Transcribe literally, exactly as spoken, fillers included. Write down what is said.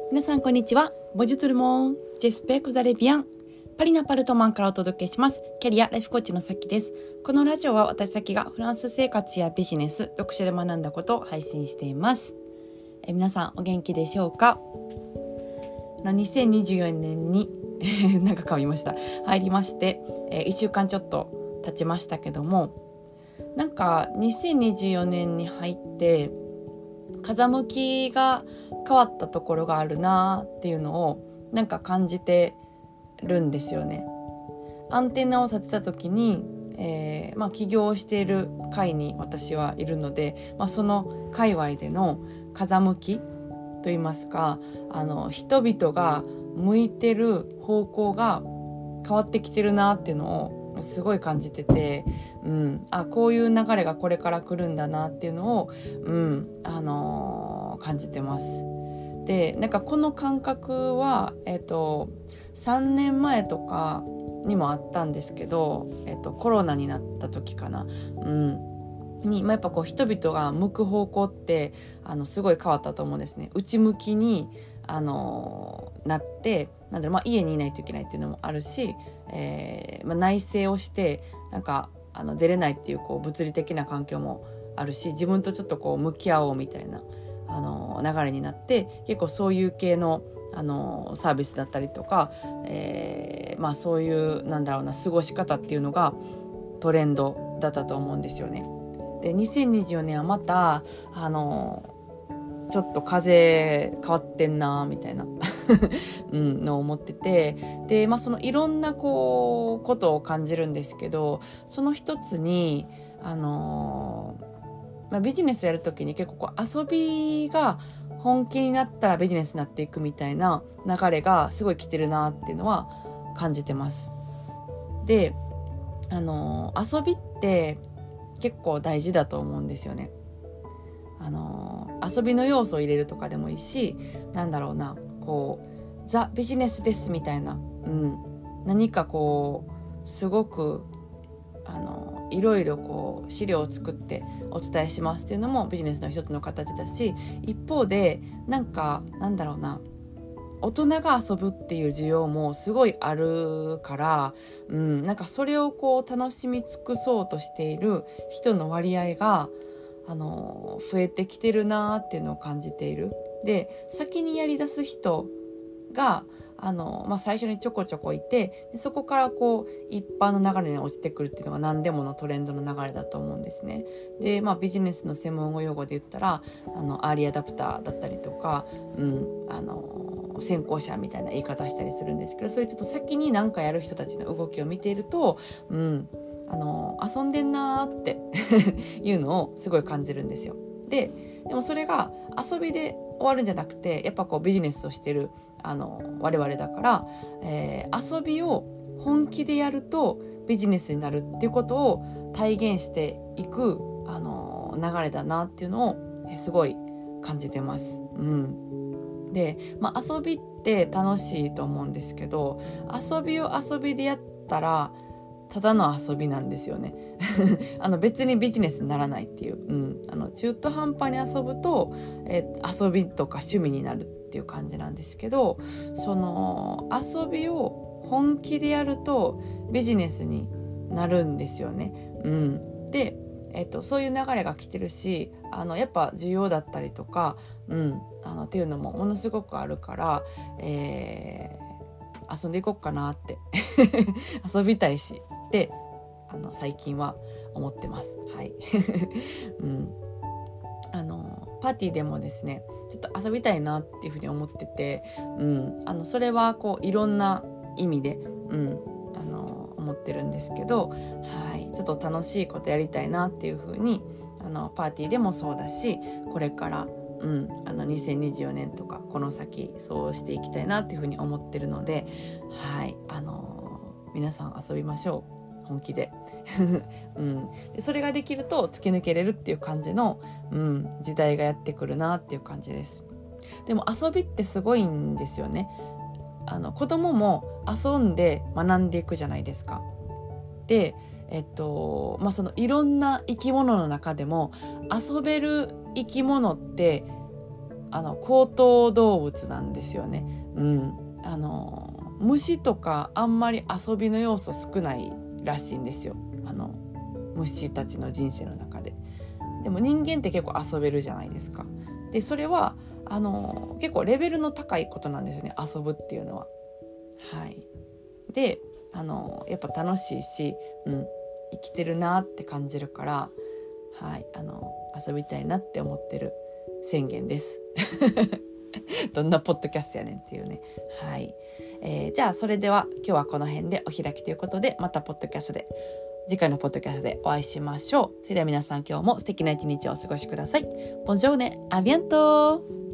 皆さんこんにちは。ボジュトゥルモンジェスペクザレビアンパリナパルトマンからお届けします。キャリアライフコーチのさきです。このラジオは私さきがフランス生活やビジネス、読書で学んだことを配信しています。え皆さんお元気でしょうか。にせんにじゅうよねんになんか噛みました入りまして、えー、いっしゅうかんちょっと経ちましたけども、なんかにせんにじゅうよねんに入って風向きが変わったところがあるなっていうのをなんか感じてるんですよね。アンテナを立てた時に、えーまあ、起業している会に私はいるので、まあ、その界隈での風向きといいますか、あの人々が向いてる方向が変わってきてるなっていうのをすごい感じてて、うん、あこういう流れがこれから来るんだなっていうのを、うんあのー、感じてます。でなんかこの感覚は、えーと、さんねんまえとかにもあったんですけど、えーと、コロナになった時かな、うんにまあ、やっぱこう人々が向く方向ってあのすごい変わったと思うんですね。内向きにあのなってなんだろう、まあ、家にいないといけないっていうのもあるし、えーまあ、内省をしてなんかあの出れないっていう、こう物理的な環境もあるし、自分とちょっとこう向き合おうみたいなあの流れになって、結構そういう系のあのサービスだったりとか、えーまあ、そういうなんだろうな過ごし方っていうのがトレンドだったと思うんですよね。でにせんにじゅうよねんはまたあのちょっと風変わってんなみたいな、うん、のを思ってて、で、まあ、そのいろんなこうことを感じるんですけど、その一つにあの、まあ、ビジネスやるときに結構こう遊びが本気になったらビジネスになっていくみたいな流れがすごい来てるなっていうのは感じてます。で、あの遊びって結構大事だと思うんですよね。あの遊びの要素を入れるとかでもいいし、なんだろうな、こうザ・ビジネスですみたいな、うん、何かこうすごくあのいろいろこう資料を作ってお伝えしますっていうのもビジネスの一つの形だし、一方でなんかなんだろうな、大人が遊ぶっていう需要もすごいあるから、うん、なんかそれをこう楽しみ尽くそうとしている人の割合があの増えてきてるなっていうのを感じている。で、先にやり出す人があの、まあ、最初にちょこちょこいて、でそこからこう一般の流れに落ちてくるっていうのが何でものトレンドの流れだと思うんですね。で、まあ、ビジネスの専門語用語で言ったらあのアーリーアダプターだったりとか、うん、あの先行者みたいな言い方したりするんですけど、そういうちょっと先に何かやる人たちの動きを見ていると、うんあの遊んでんなーっていうのをすごい感じるんですよ。で、でもそれが遊びで終わるんじゃなくて、やっぱこうビジネスをしてるあの我々だから、えー、遊びを本気でやるとビジネスになるっていうことを体現していくあの流れだなっていうのを、えー、すごい感じてます。うん、で、まあ、遊びって楽しいと思うんですけど、遊びを遊びでやったらただの遊びなんですよねあの別にビジネスにならないっていう、うん、あの中途半端に遊ぶと、えー、遊びとか趣味になるっていう感じなんですけど、その遊びを本気でやるとビジネスになるんですよね。うん、で、えーと、そういう流れが来てるし、あのやっぱ需要だったりとか、うん、あのっていうのもものすごくあるから、えー、遊んでいこうかなって遊びたいしってあの最近は思ってます。はい、うん、あのパーティーでもですね、ちょっと遊びたいなっていうふうに思ってて、うん、あのそれはこういろんな意味で、うん、あの思ってるんですけど、はい、ちょっと楽しいことやりたいなっていうふうにあのパーティーでもそうだし、これからうん、あのにせんにじゅうよねんとかこの先そうしていきたいなっていうふうに思ってるので、はい、あの皆さん遊びましょう、本気で、うん、でそれができると突き抜けれるっていう感じの、うん、時代がやってくるなっていう感じです。でも遊びってすごいんですよね。あの子供も遊んで学んでいくじゃないですか。で、えっとまあ、そのいろんな生き物の中でも遊べる生き物ってあの高等動物なんですよね。うん、あの虫とかあんまり遊びの要素少ないらしいんですよ。あの虫たちの人生の中で。でも人間って結構遊べるじゃないですか。でそれはあの結構レベルの高いことなんですよね、遊ぶっていうのは。はい。であのやっぱ楽しいし、うん、生きてるなって感じるから、はい、あの遊びたいなって思ってる宣言ですどんなポッドキャストやねんっていうね。はい、えー、じゃあそれでは今日はこの辺でお開きということで、またポッドキャストで次回のポッドキャストでお会いしましょう。それでは皆さん今日も素敵な一日をお過ごしください。ボンジョーネ、アビアント。